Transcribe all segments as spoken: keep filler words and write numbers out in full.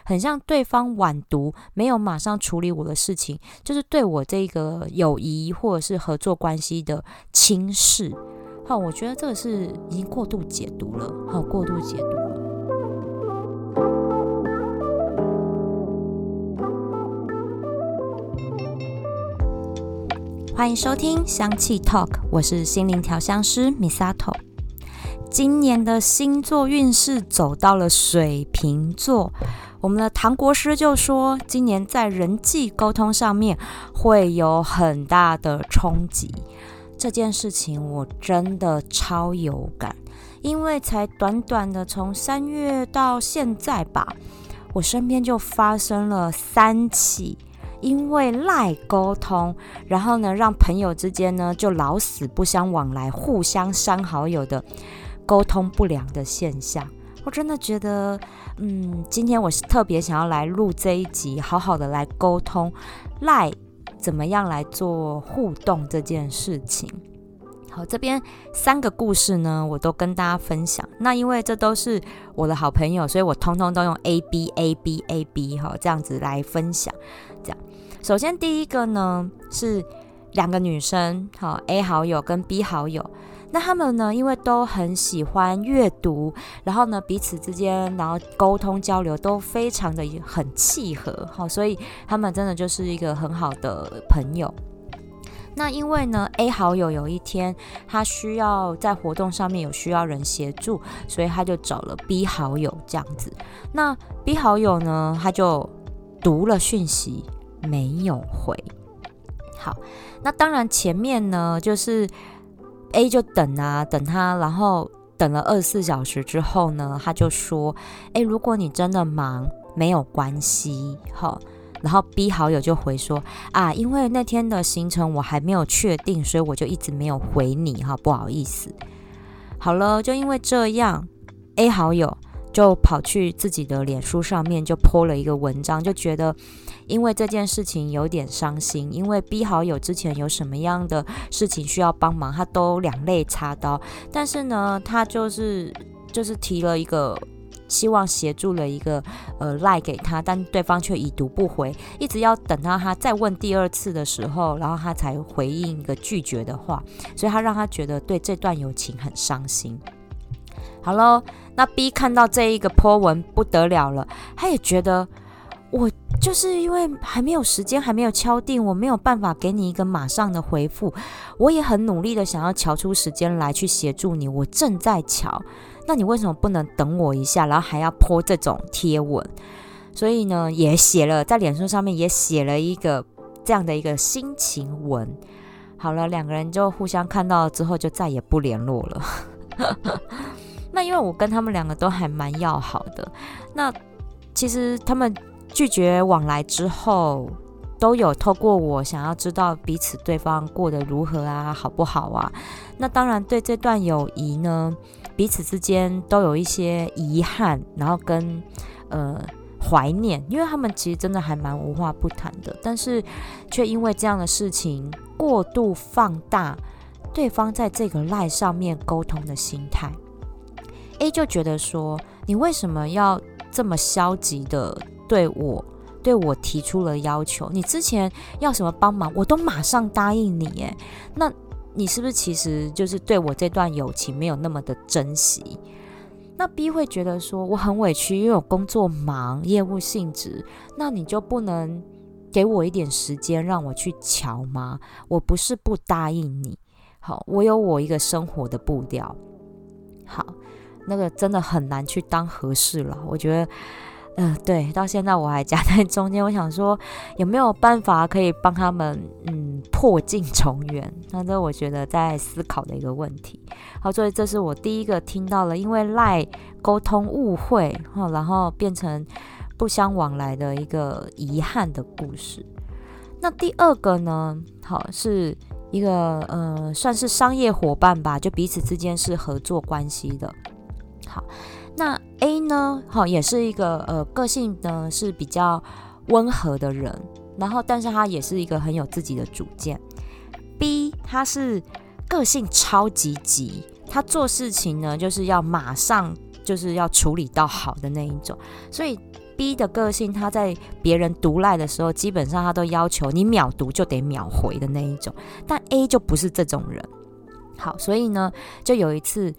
很像对方晚读没有马上处理我的事情，就是对我这个友谊或者是合作关系的轻视。好，我觉得这个是已经过度解读了，好，过度解读了。欢迎收听香气 Talk， 我是心灵调香师 Misato。今年的星座运势走到了水瓶座，我们的唐国师就说，今年在人际沟通上面会有很大的冲击。这件事情我真的超有感，因为才短短的从三月到现在吧，我身边就发生了三起因为赖沟通，然后呢让朋友之间呢就老死不相往来，互相删好友的沟通不良的现象。我真的觉得嗯，今天我是特别想要来录这一集，好好的来沟通赖怎么样来做互动这件事情。好，这边三个故事呢我都跟大家分享，那因为这都是我的好朋友，所以我通通都用 A B A B A B 这样子来分享。这样，首先第一个呢是两个女生 A 好友跟 B 好友，那他们呢因为都很喜欢阅读，然后呢彼此之间然后沟通交流都非常的很契合，所以他们真的就是一个很好的朋友。那因为呢 A 好友有一天他需要在活动上面有需要人协助，所以他就找了 B 好友这样子。那 B 好友呢他就读了讯息没有回。好，那当然前面呢就是 A 就等啊等他，然后等了二十四小时之后呢，他就说诶，如果你真的忙没有关系。好，然后 B 好友就回说啊，因为那天的行程我还没有确定，所以我就一直没有回你，不好意思。好了，就因为这样 A 好友就跑去自己的脸书上面就 po 了一个文章，就觉得因为这件事情有点伤心，因为 B 好友之前有什么样的事情需要帮忙他都两肋插刀，但是呢他就是就是提了一个希望协助了一个呃赖给他，但对方却已读不回，一直要等到他再问第二次的时候，然后他才回应一个拒绝的话，所以他让他觉得对这段友情很伤心。好咯，那 B 看到这一个 po 文不得了了，他也觉得我就是因为还没有时间还没有敲定，我没有办法给你一个马上的回复，我也很努力的想要瞧出时间来去协助你，我正在瞧，那你为什么不能等我一下，然后还要 po 这种贴文？所以呢也写了在脸书上面也写了一个这样的一个心情文。好了，两个人就互相看到了之后就再也不联络了那因为我跟他们两个都还蛮要好的，那其实他们拒绝往来之后都有透过我想要知道彼此对方过得如何啊，好不好啊。那当然对这段友谊呢彼此之间都有一些遗憾，然后跟呃怀念，因为他们其实真的还蛮无话不谈的，但是却因为这样的事情过度放大对方在这个 LINE 上面沟通的心态。 A 就觉得说你为什么要这么消极的对我对我提出了要求，你之前要什么帮忙我都马上答应你耶，那你是不是其实就是对我这段友情没有那么的珍惜？那 B 会觉得说我很委屈，因为我工作忙业务性质，那你就不能给我一点时间让我去瞧吗？我不是不答应你，好，我有我一个生活的步调。好，那个真的很难去当和事了，我觉得呃，对，到现在我还夹在中间，我想说有没有办法可以帮他们嗯破镜重圆，那这我觉得在思考的一个问题。好，所以这是我第一个听到了因为 LINE 沟通误会然后变成不相往来的一个遗憾的故事。那第二个呢，好，是一个呃算是商业伙伴吧，就彼此之间是合作关系的。好，那 A 呢，好，也是一个呃个性呢是比较温和的人，然后但是他也是一个很有自己的主见。B 他是个性超级急，他做事情呢就是要马上就是要处理到好的那一种，所以 B 的个性，他在别人读赖的时候，基本上他都要求你秒读就得秒回的那一种，但 A 就不是这种人。好，所以呢，就有一次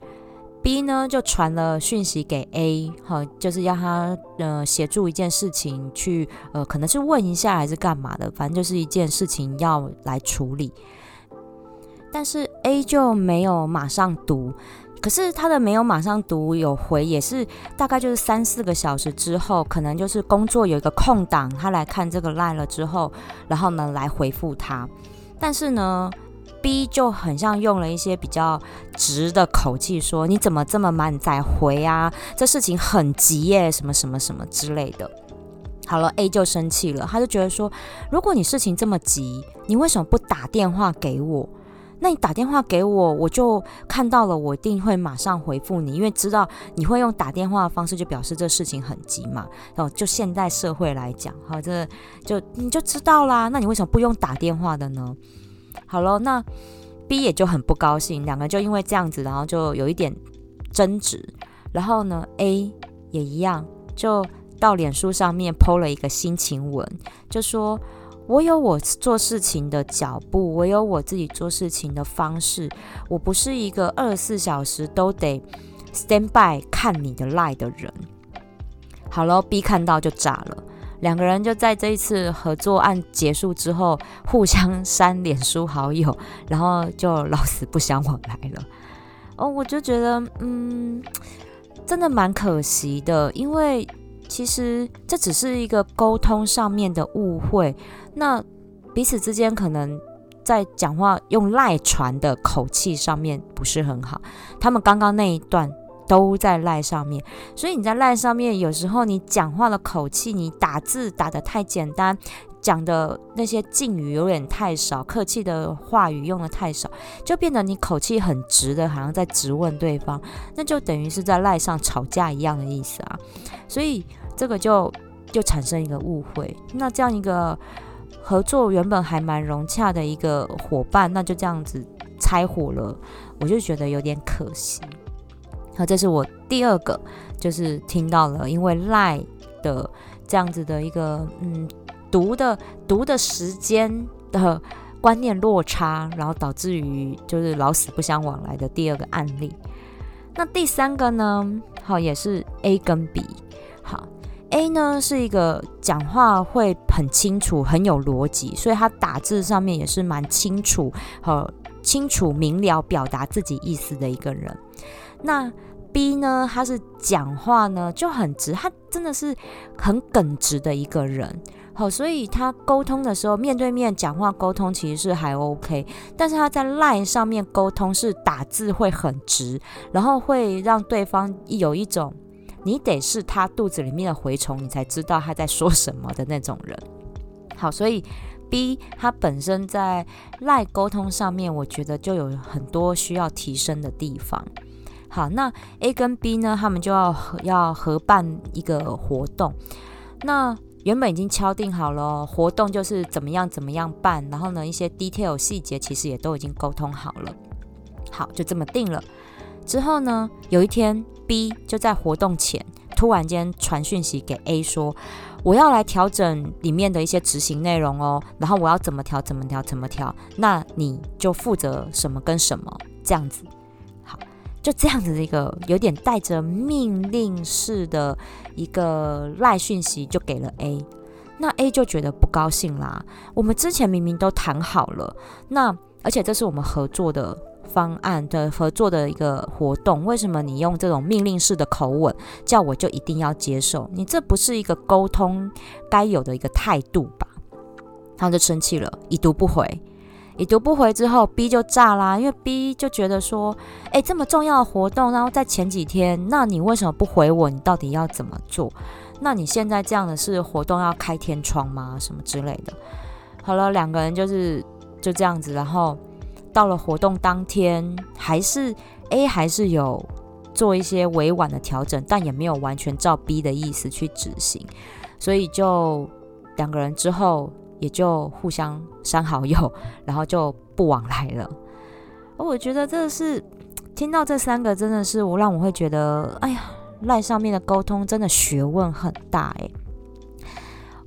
B 呢就传了讯息给 A， 好，就是要他呃协助一件事情去呃可能是问一下还是干嘛的，反正就是一件事情要来处理。但是 A 就没有马上读，可是他的没有马上读有回，也是大概就是三四个小时之后，可能就是工作有一个空档，他来看这个 line 了之后，然后呢来回复他。但是呢 B 就很像用了一些比较直的口气说，你怎么这么慢才回啊，这事情很急耶，什么什么什么之类的。好了， A 就生气了，他就觉得说，如果你事情这么急，你为什么不打电话给我？那你打电话给我，我就看到了，我一定会马上回复你，因为知道你会用打电话的方式，就表示这事情很急嘛。哦，就现代社会来讲，好，这就你就知道啦。那你为什么不用打电话的呢？好了，那 B 也就很不高兴，两个人就因为这样子，然后就有一点争执。然后呢 ，A 也一样，就到脸书上面 po 了一个心情文，就说，我有我做事情的脚步，我有我自己做事情的方式，我不是一个二十四小时都得 stand by 看你的 line 的人。好了， B 看到就炸了，两个人就在这一次合作案结束之后，互相删脸书好友，然后就老死不相往来了。哦，我就觉得，嗯，真的蛮可惜的，因为其实这只是一个沟通上面的误会，那彼此之间可能在讲话用赖传的口气上面不是很好，他们刚刚那一段都在赖上面，所以你在赖上面有时候你讲话的口气，你打字打得太简单，讲的那些敬语有点太少，客气的话语用的太少，就变得你口气很直的，好像在质问对方，那就等于是在赖上吵架一样的意思啊。所以这个就就产生一个误会，那这样一个合作原本还蛮融洽的一个伙伴，那就这样子拆伙了，我就觉得有点可惜。好，这是我第二个，就是听到了因为 LINE 的这样子的一个嗯读的读的时间的观念落差，然后导致于就是老死不相往来的第二个案例。那第三个呢，好，也是 A 跟 B。好 ，A 呢是一个讲话会很清楚、很有逻辑，所以他打字上面也是蛮清楚、和清楚明了表达自己意思的一个人。那 B 呢，他是讲话呢就很直，他真的是很耿直的一个人。好，所以他沟通的时候，面对面讲话沟通其实是还 OK， 但是他在 LINE 上面沟通是打字会很直，然后会让对方有一种你得是他肚子里面的蛔虫，你才知道他在说什么的那种人。好，所以 B 他本身在 LINE 沟通上面，我觉得就有很多需要提升的地方。好，那 A 跟 B 呢，他们就要要合办一个活动。那原本已经敲定好了，活动就是怎么样怎么样办，然后呢，一些 detail 细节其实也都已经沟通好了。好，就这么定了。之后呢，有一天 B 就在活动前突然间传讯息给 A 说，我要来调整里面的一些执行内容哦，然后我要怎么调怎么调怎么调，那你就负责什么跟什么这样子。好，就这样子的一个有点带着命令式的一个赖讯息就给了 A， 那 A 就觉得不高兴啦，我们之前明明都谈好了，那而且这是我们合作的方案的合作的一个活动，为什么你用这种命令式的口吻叫我就一定要接受？你这不是一个沟通该有的一个态度吧？他就生气了，已读不回。已读不回之后 B 就炸啦，因为 B 就觉得说，哎，这么重要的活动，然后在前几天，那你为什么不回我？你到底要怎么做？那你现在这样的是活动要开天窗吗？什么之类的。好了，两个人就是就这样子，然后到了活动当天，还是 A 还是有做一些委婉的调整，但也没有完全照 B 的意思去执行，所以就两个人之后也就互相删好友，然后就不往来了。我觉得这是听到这三个，真的是我让我会觉得，哎呀，LINE上面的沟通真的学问很大哎。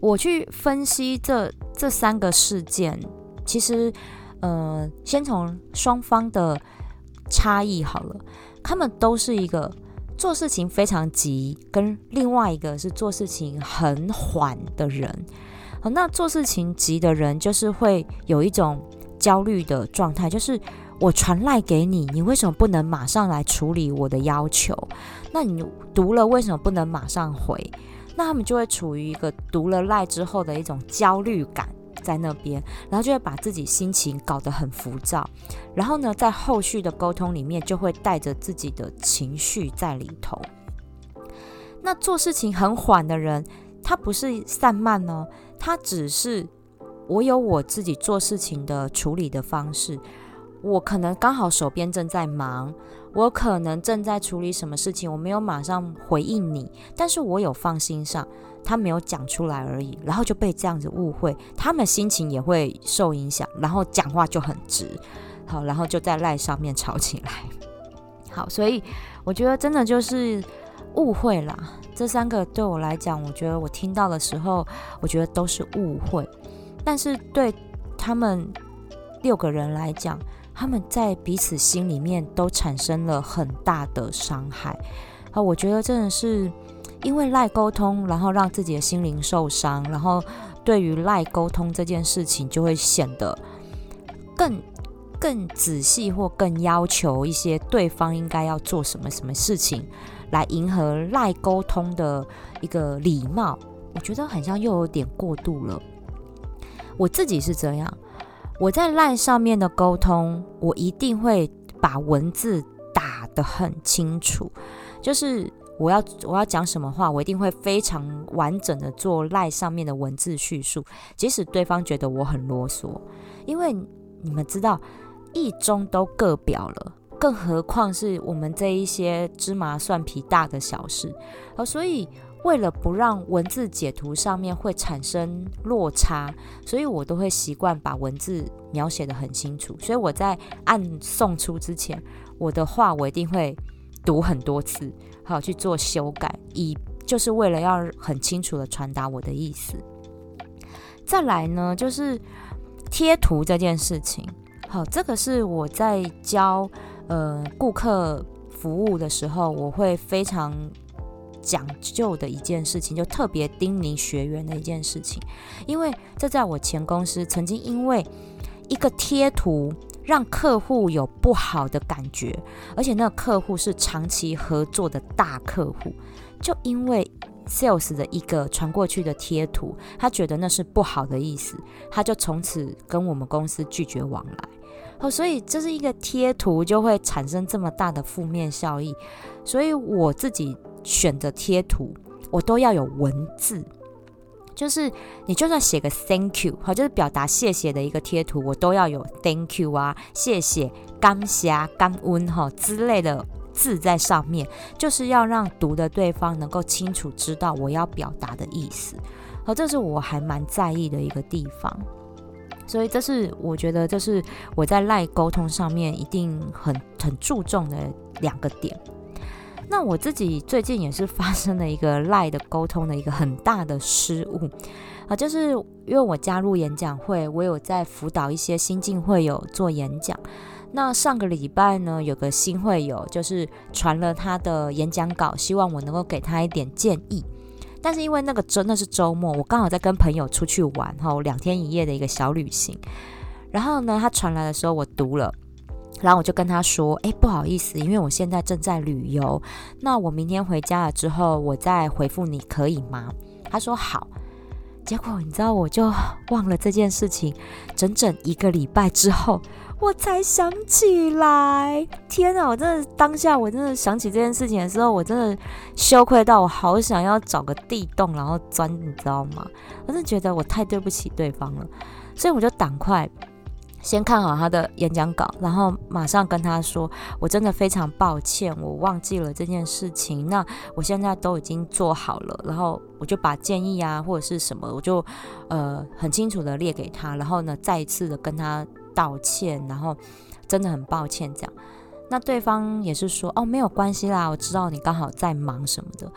我去分析这这三个事件，其实呃，先从双方的差异好了，他们都是一个做事情非常急，跟另外一个是做事情很缓的人。好，那做事情急的人就是会有一种焦虑的状态，就是我传赖给你，你为什么不能马上来处理我的要求？那你读了为什么不能马上回？那他们就会处于一个读了赖之后的一种焦虑感在那边，然后就会把自己心情搞得很浮躁，然后呢，在后续的沟通里面就会带着自己的情绪在里头。那做事情很缓的人，他不是散漫哦，他只是我有我自己做事情的处理的方式。我可能刚好手边正在忙，我可能正在处理什么事情，我没有马上回应你，但是我有放心上，他没有讲出来而已，然后就被这样子误会，他们心情也会受影响，然后讲话就很直，好，然后就在赖上面吵起来。好，所以我觉得真的就是误会啦，这三个对我来讲，我觉得我听到的时候，我觉得都是误会，但是对他们六个人来讲，他们在彼此心里面都产生了很大的伤害。好，我觉得真的是因为赖沟通，然后让自己的心灵受伤，然后对于赖沟通这件事情就会显得更更仔细，或更要求一些对方应该要做什么什么事情来迎合赖沟通的一个礼貌。我觉得好像又有点过度了。我自己是这样，我在赖上面的沟通，我一定会把文字打得很清楚，就是我要我要讲什么话，我一定会非常完整的做赖上面的文字叙述，即使对方觉得我很啰嗦，因为你们知道，一中都各表了，更何况是我们这一些芝麻蒜皮大的小事，所以为了不让文字解读上面会产生落差，所以我都会习惯把文字描写得很清楚。所以我在按送出之前，我的话我一定会读很多次，好去做修改，以就是为了要很清楚的传达我的意思。再来呢，就是贴图这件事情。好，这个是我在教呃顾客服务的时候，我会非常讲究的一件事情，就特别叮咛学员的一件事情。因为这在我前公司曾经因为一个贴图让客户有不好的感觉，而且那个客户是长期合作的大客户，就因为 sales 的一个传过去的贴图，他觉得那是不好的意思，他就从此跟我们公司拒绝往来。哦，所以这是一个贴图就会产生这么大的负面效益，所以我自己选择贴图，我都要有文字，就是你就算写个 thank you， 好，就是表达谢谢的一个贴图，我都要有 thank you 啊、谢谢、感谢、感恩哈之类的字在上面，就是要让读的对方能够清楚知道我要表达的意思。好，这是我还蛮在意的一个地方。所以这是我觉得这是我在赖沟通上面一定很很注重的两个点。那我自己最近也是发生了一个赖的沟通的一个很大的失误啊，就是因为我加入演讲会，我有在辅导一些新进会友做演讲。那上个礼拜呢，有个新会友就是传了他的演讲稿，希望我能够给他一点建议。但是因为那个真的是周末，我刚好在跟朋友出去玩，两天一夜的一个小旅行。然后呢，他传来的时候我读了，然后我就跟他说，哎，不好意思，因为我现在正在旅游，那我明天回家了之后，我再回复你可以吗？他说好。结果你知道，我就忘了这件事情，整整一个礼拜之后，我才想起来。天啊，我真的当下我真的想起这件事情的时候，我真的羞愧到我好想要找个地洞然后钻，你知道吗？我真的觉得我太对不起对方了，所以我就赶快先看好他的演讲稿，然后马上跟他说，我真的非常抱歉，我忘记了这件事情，那我现在都已经做好了，然后我就把建议啊或者是什么，我就呃很清楚的列给他，然后呢再一次的跟他道歉，然后真的很抱歉这样。那对方也是说，哦，没有关系啦，我知道你刚好在忙什么的。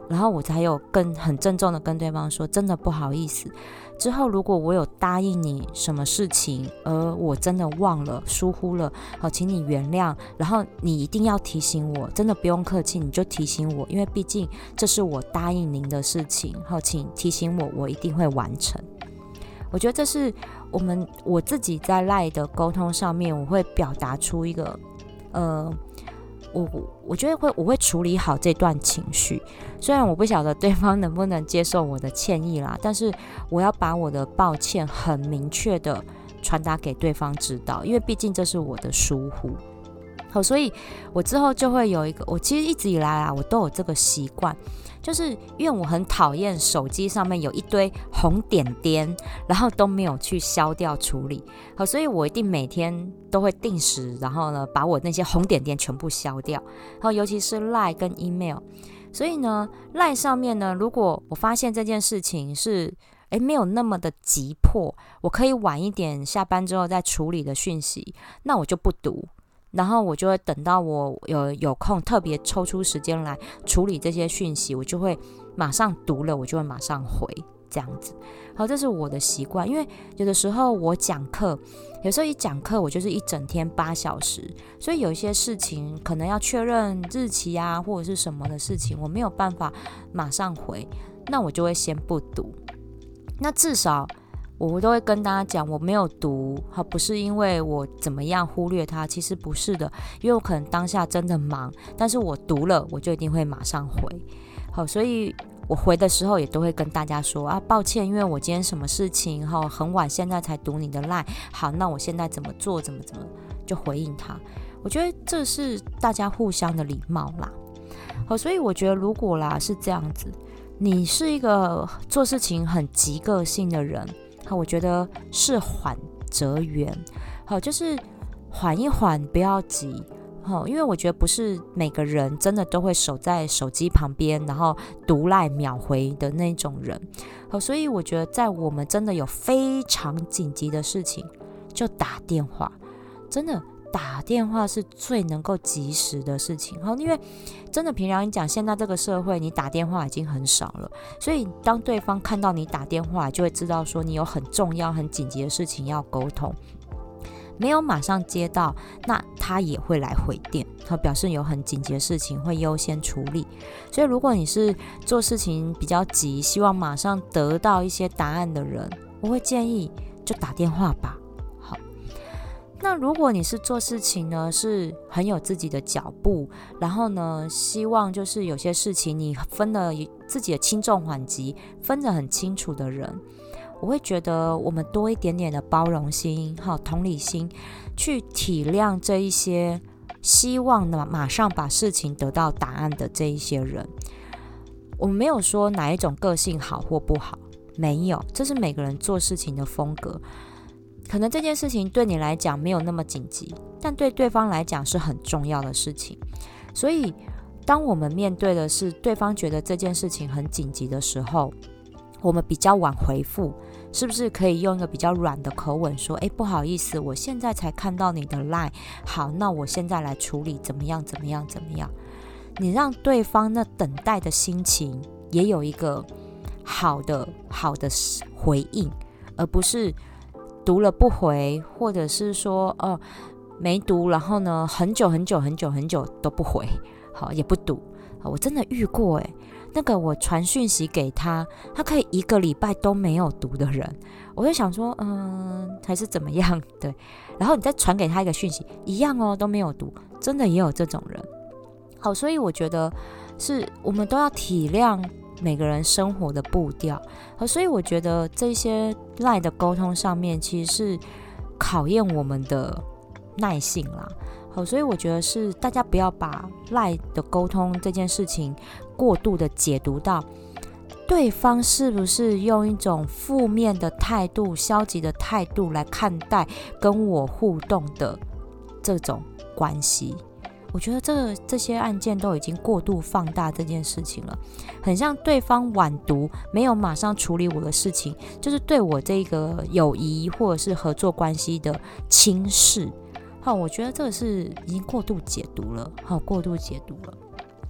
然后我才有更很郑重的跟对方说，真的不好意思，之后如果我有答应你什么事情，而我真的忘了疏忽了，好，请你原谅，然后你一定要提醒我，真的不用客气，你就提醒我，因为毕竟这是我答应您的事情，好，请提醒我，我一定会完成。我觉得这是我们我自己在 LINE 的沟通上面，我会表达出一个呃我我觉得会我会处理好这段情绪，虽然我不晓得对方能不能接受我的歉意啦，但是我要把我的抱歉很明确的传达给对方知道，因为毕竟这是我的疏忽。好，所以我之后就会有一个，我其实一直以来啊，我都有这个习惯，就是因为我很讨厌手机上面有一堆红点点，然后都没有去消掉处理。好，所以我一定每天都会定时，然后呢，把我那些红点点全部消掉。好，尤其是 LINE 跟 email。所以呢 ，LINE 上面呢，如果我发现这件事情是诶没有那么的急迫，我可以晚一点下班之后再处理的讯息，那我就不读。然后我就会等到我有有空特别抽出时间来处理这些讯息，我就会马上读了，我就会马上回这样子。好，这是我的习惯，因为有的时候我讲课，有时候一讲课我就是一整天八小时，所以有一些事情可能要确认日期啊或者是什么的事情，我没有办法马上回，那我就会先不读。那至少我都会跟大家讲，我没有读，好，不是因为我怎么样忽略它，其实不是的，因为我可能当下真的忙，但是我读了，我就一定会马上回。好，所以我回的时候也都会跟大家说啊，抱歉，因为我今天什么事情，好，很晚现在才读你的 LINE， 好，那我现在怎么做，怎么怎么就回应他。我觉得这是大家互相的礼貌啦。好，所以我觉得如果啦是这样子，你是一个做事情很急个性的人，好，我觉得是缓则圆，好，就是缓一缓，不要急，好，因为我觉得不是每个人真的都会守在手机旁边，然后读赖秒回的那种人，好，所以我觉得在我们真的有非常紧急的事情，就打电话，真的打电话是最能够及时的事情，好，因为真的平常讲，现在这个社会你打电话已经很少了，所以当对方看到你打电话，就会知道说你有很重要很紧急的事情要沟通，没有马上接到，那他也会来回电，他表示有很紧急的事情会优先处理。所以如果你是做事情比较急，希望马上得到一些答案的人，我会建议就打电话吧。那如果你是做事情呢，是很有自己的脚步，然后呢，希望就是有些事情你分了自己的轻重缓急，分得很清楚的人，我会觉得我们多一点点的包容心，好，同理心，去体谅这一些希望呢马上把事情得到答案的这一些人。我们没有说哪一种个性好或不好，没有，这是每个人做事情的风格。可能这件事情对你来讲没有那么紧急，但对对方来讲是很重要的事情。所以当我们面对的是对方觉得这件事情很紧急的时候，我们比较晚回复，是不是可以用一个比较软的口吻说，诶，不好意思，我现在才看到你的 LINE， 好，那我现在来处理，怎么样怎么样怎么样。你让对方那等待的心情也有一个好的好的回应，而不是读了不回，或者是说哦没读，然后呢很久很久很久很久都不回，好也不读。好，我真的遇过诶，那个我传讯息给他，他可以一个礼拜都没有读的人，我就想说嗯还是怎么样，对，然后你再传给他一个讯息，一样哦都没有读，真的也有这种人。好，所以我觉得是我们都要体谅每个人生活的步调。好，所以我觉得这些 LINE 的沟通上面其实是考验我们的耐性啦。好，所以我觉得是大家不要把 LINE 的沟通这件事情过度的解读到对方是不是用一种负面的态度、消极的态度来看待跟我互动的这种关系。我觉得这这些案件都已经过度放大这件事情了，很像对方晚读没有马上处理我的事情，就是对我这个友谊或者是合作关系的轻视。好，我觉得这个是已经过度解读了，好，过度解读了。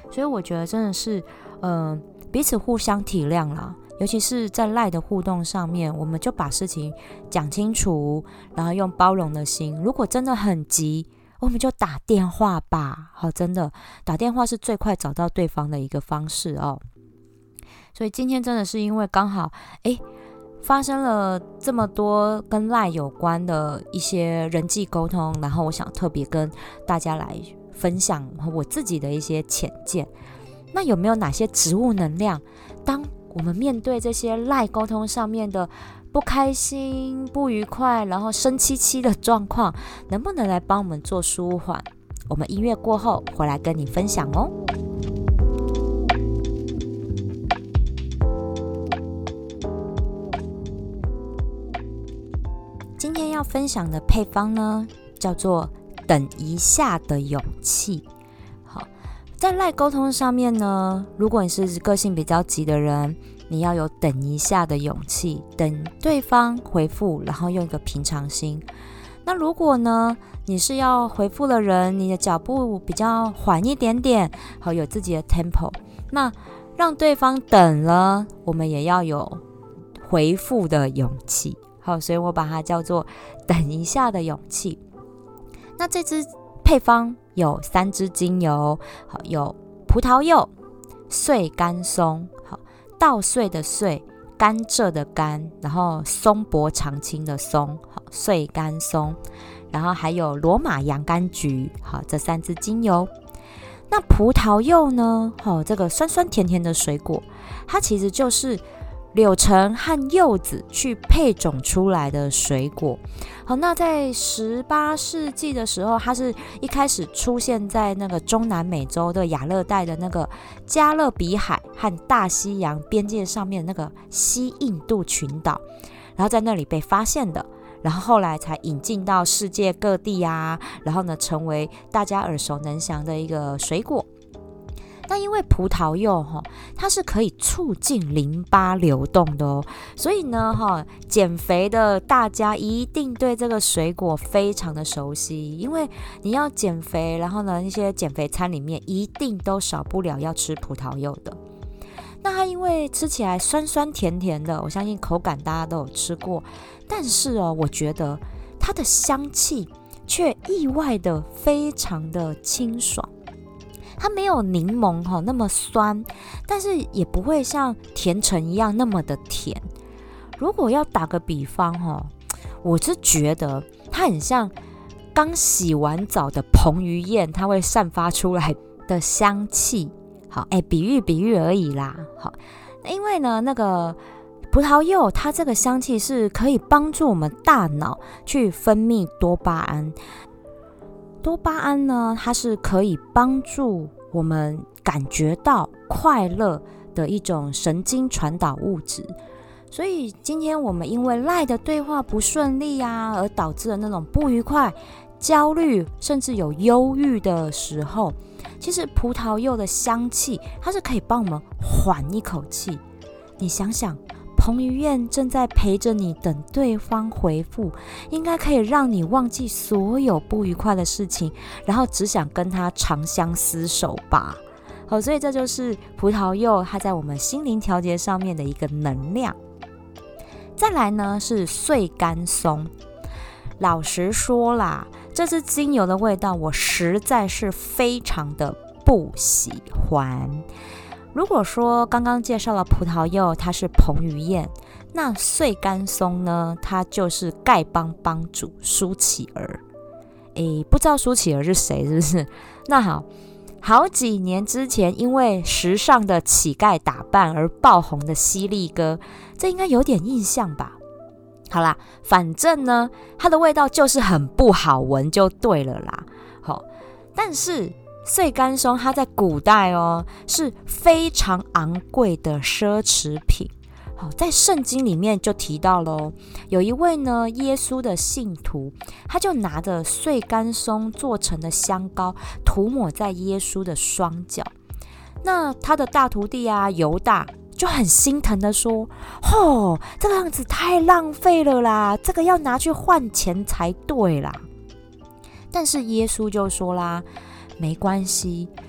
所以我觉得真的是，嗯、呃，彼此互相体谅啦。尤其是在赖的互动上面，我们就把事情讲清楚，然后用包容的心。如果真的很急，我们就打电话吧。好，真的打电话是最快找到对方的一个方式哦。所以今天真的是因为刚好，哎，发生了这么多跟赖有关的一些人际沟通，然后我想特别跟大家来分享我自己的一些浅见。那有没有哪些植物能量，当我们面对这些赖沟通上面的不开心、不愉快，然后生气气的状况，能不能来帮我们做舒缓？我们音乐过后回来跟你分享哦。今天要分享的配方呢，叫做等一下的勇气。好，在赖沟通上面呢，如果你是个性比较急的人，你要有等一下的勇气，等对方回复，然后用一个平常心。那如果呢，你是要回复的人，你的脚步比较缓一点点，好，有自己的 tempo， 那让对方等了，我们也要有回复的勇气。好，所以我把它叫做等一下的勇气。那这支配方有三支精油，好，有葡萄柚、碎干松，好，稻穗的穗，甘蔗的甘，然后松柏长青的松，好，碎干松，然后还有罗马洋甘菊，好，这三支精油。那葡萄柚呢，好，这个酸酸甜甜的水果，它其实就是柳橙和柚子去配种出来的水果。好，那在十八世纪的时候，它是一开始出现在那个中南美洲的亚热带的那个加勒比海和大西洋边界上面那个西印度群岛，然后在那里被发现的，然后后来才引进到世界各地啊，然后呢成为大家耳熟能详的一个水果。那因为葡萄柚它是可以促进淋巴流动的哦，所以呢减肥的大家一定对这个水果非常的熟悉，因为你要减肥，然后呢一些减肥餐里面一定都少不了要吃葡萄柚的。那它因为吃起来酸酸甜甜的，我相信口感大家都有吃过，但是哦，我觉得它的香气却意外的非常的清爽。它没有柠檬、哦、那么酸，但是也不会像甜橙一样那么的甜。如果要打个比方、哦、我是觉得它很像刚洗完澡的彭于晏，它会散发出来的香气。好，哎，比喻比喻而已啦。好，因为呢，那个葡萄柚它这个香气是可以帮助我们大脑去分泌多巴胺。多巴胺呢，它是可以帮助我们感觉到快乐的一种神经传导物质。所以今天我们因为赖的对话不顺利啊，而导致了那种不愉快、焦虑，甚至有忧郁的时候，其实葡萄柚的香气它是可以帮我们缓一口气。你想想，彭于晏正在陪着你等对方回复，应该可以让你忘记所有不愉快的事情，然后只想跟他长相厮守吧。好，所以这就是葡萄柚它在我们心灵调节上面的一个能量。再来呢是碎干松。老实说啦，这支精油的味道我实在是非常的不喜欢。如果说刚刚介绍了葡萄柚它是彭于晏，那碎干松呢，它就是丐帮帮主舒淇儿。诶，不知道舒淇儿是谁是不是？那好，好几年之前因为时尚的乞丐打扮而爆红的犀利哥，这应该有点印象吧。好啦，反正呢它的味道就是很不好闻就对了啦。好，但是碎干松它在古代哦是非常昂贵的奢侈品。好，在圣经里面就提到了哦，有一位呢耶稣的信徒，他就拿着碎干松做成的香膏涂抹在耶稣的双脚。那他的大徒弟啊犹大就很心疼的说，哦，这个样子太浪费了啦，这个要拿去换钱才对啦。但是耶稣就说啦，没关系，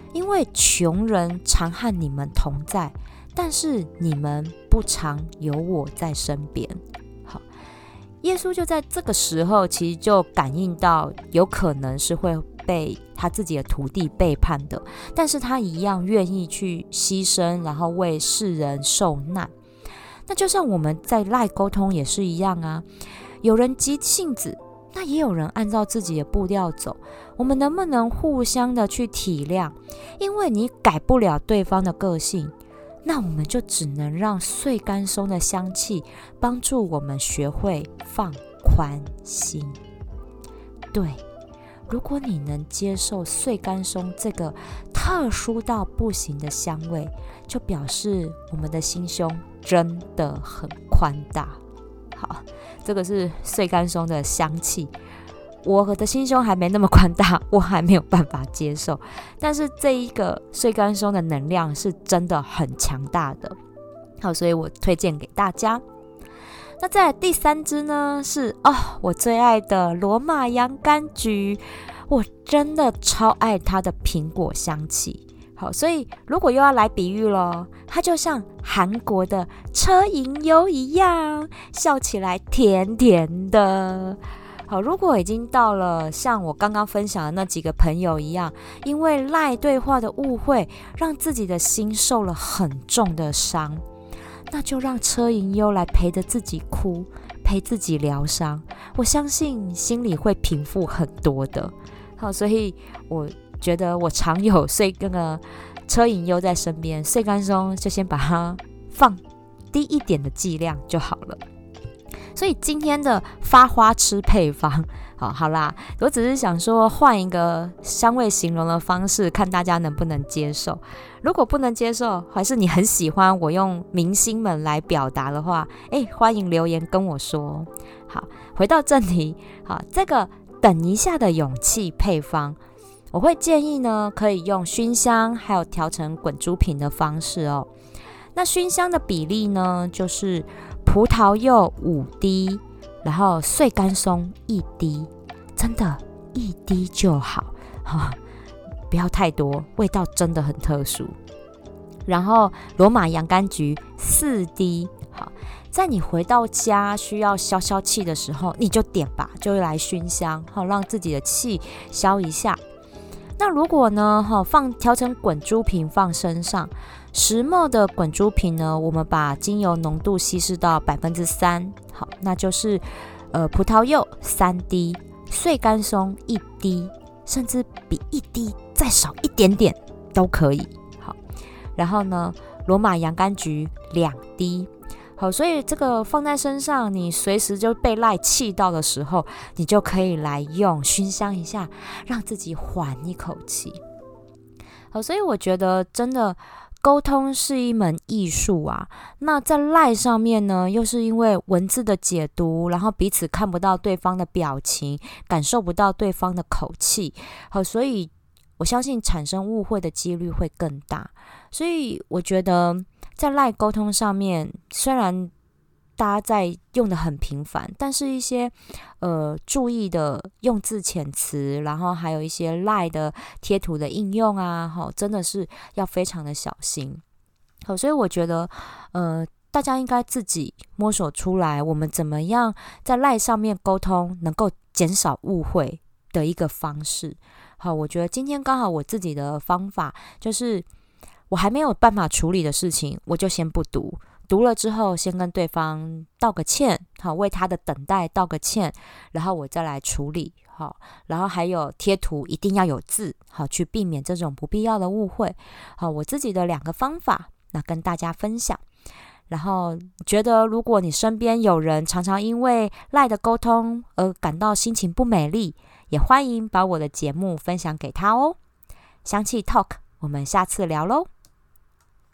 因为穷人常和你们同在，但是你们不常有我在身边。好，耶稣就在这个时候其实就感应到有可能是会被他自己的徒弟背叛的，但是他一样愿意去牺牲，然后为世人受难。那就像我们在赖沟通也是一样啊，有人急性子，那也有人按照自己的步调走，我们能不能互相的去体谅？因为你改不了对方的个性，那我们就只能让穗甘松的香气帮助我们学会放宽心。对，如果你能接受穗甘松这个特殊到不行的香味，就表示我们的心胸真的很宽大。好，这个是穗甘松的香气，我的心胸还没那么宽大，我还没有办法接受，但是这一个穗甘松的能量是真的很强大的。好，所以我推荐给大家。那再来第三支呢，是哦我最爱的罗马洋甘菊，我真的超爱它的苹果香气。好，所以如果又要来比喻咯，它就像韩国的车银优一样，笑起来甜甜的。好，如果已经到了像我刚刚分享的那几个朋友一样，因为赖对话的误会，让自己的心受了很重的伤，那就让车银优来陪着自己哭，陪自己疗伤，我相信心里会平复很多的。好，所以我觉得我常有穗那个车银优在身边，穗甘松就先把它放低一点的剂量就好了。所以今天的发花痴配方，好好啦，我只是想说换一个香味形容的方式，看大家能不能接受。如果不能接受，还是你很喜欢我用明星们来表达的话，哎，欢迎留言跟我说。好，回到正题，好，这个等一下的勇气配方，我会建议呢，可以用熏香还有调成滚珠瓶的方式哦。那熏香的比例呢，就是葡萄柚五滴，然后穗甘松一滴，真的，一滴就好，哈，不要太多，味道真的很特殊。然后罗马洋甘菊四滴，好，在你回到家需要消消气的时候，你就点吧，就来熏香，好，让自己的气消一下。那如果呢，放调成滚珠瓶放身上，十 毫升 的滚珠瓶呢，我们把精油浓度稀释到百分之三，好，那就是呃葡萄柚三滴，穗甘松一滴，甚至比一滴再少一点点都可以。好，然后呢，罗马洋甘菊两滴。好，所以这个放在身上，你随时就被赖气到的时候，你就可以来用熏香一下，让自己缓一口气。好，所以我觉得真的沟通是一门艺术啊。那在赖上面呢，又是因为文字的解读，然后彼此看不到对方的表情，感受不到对方的口气，好，所以我相信产生误会的几率会更大。所以我觉得在赖沟通上面，虽然大家在用的很频繁，但是一些呃注意的用字遣词，然后还有一些赖的贴图的应用啊，齁，真的是要非常的小心。好，所以我觉得呃大家应该自己摸索出来，我们怎么样在赖上面沟通能够减少误会的一个方式。好，我觉得今天刚好我自己的方法就是我还没有办法处理的事情，我就先不读，读了之后先跟对方道个歉，好，为他的等待道个歉，然后我再来处理。好，然后还有贴图一定要有字，好，去避免这种不必要的误会。好，我自己的两个方法，那跟大家分享。然后觉得如果你身边有人常常因为赖的沟通而感到心情不美丽，也欢迎把我的节目分享给他哦。香气 Talk， 我们下次聊咯。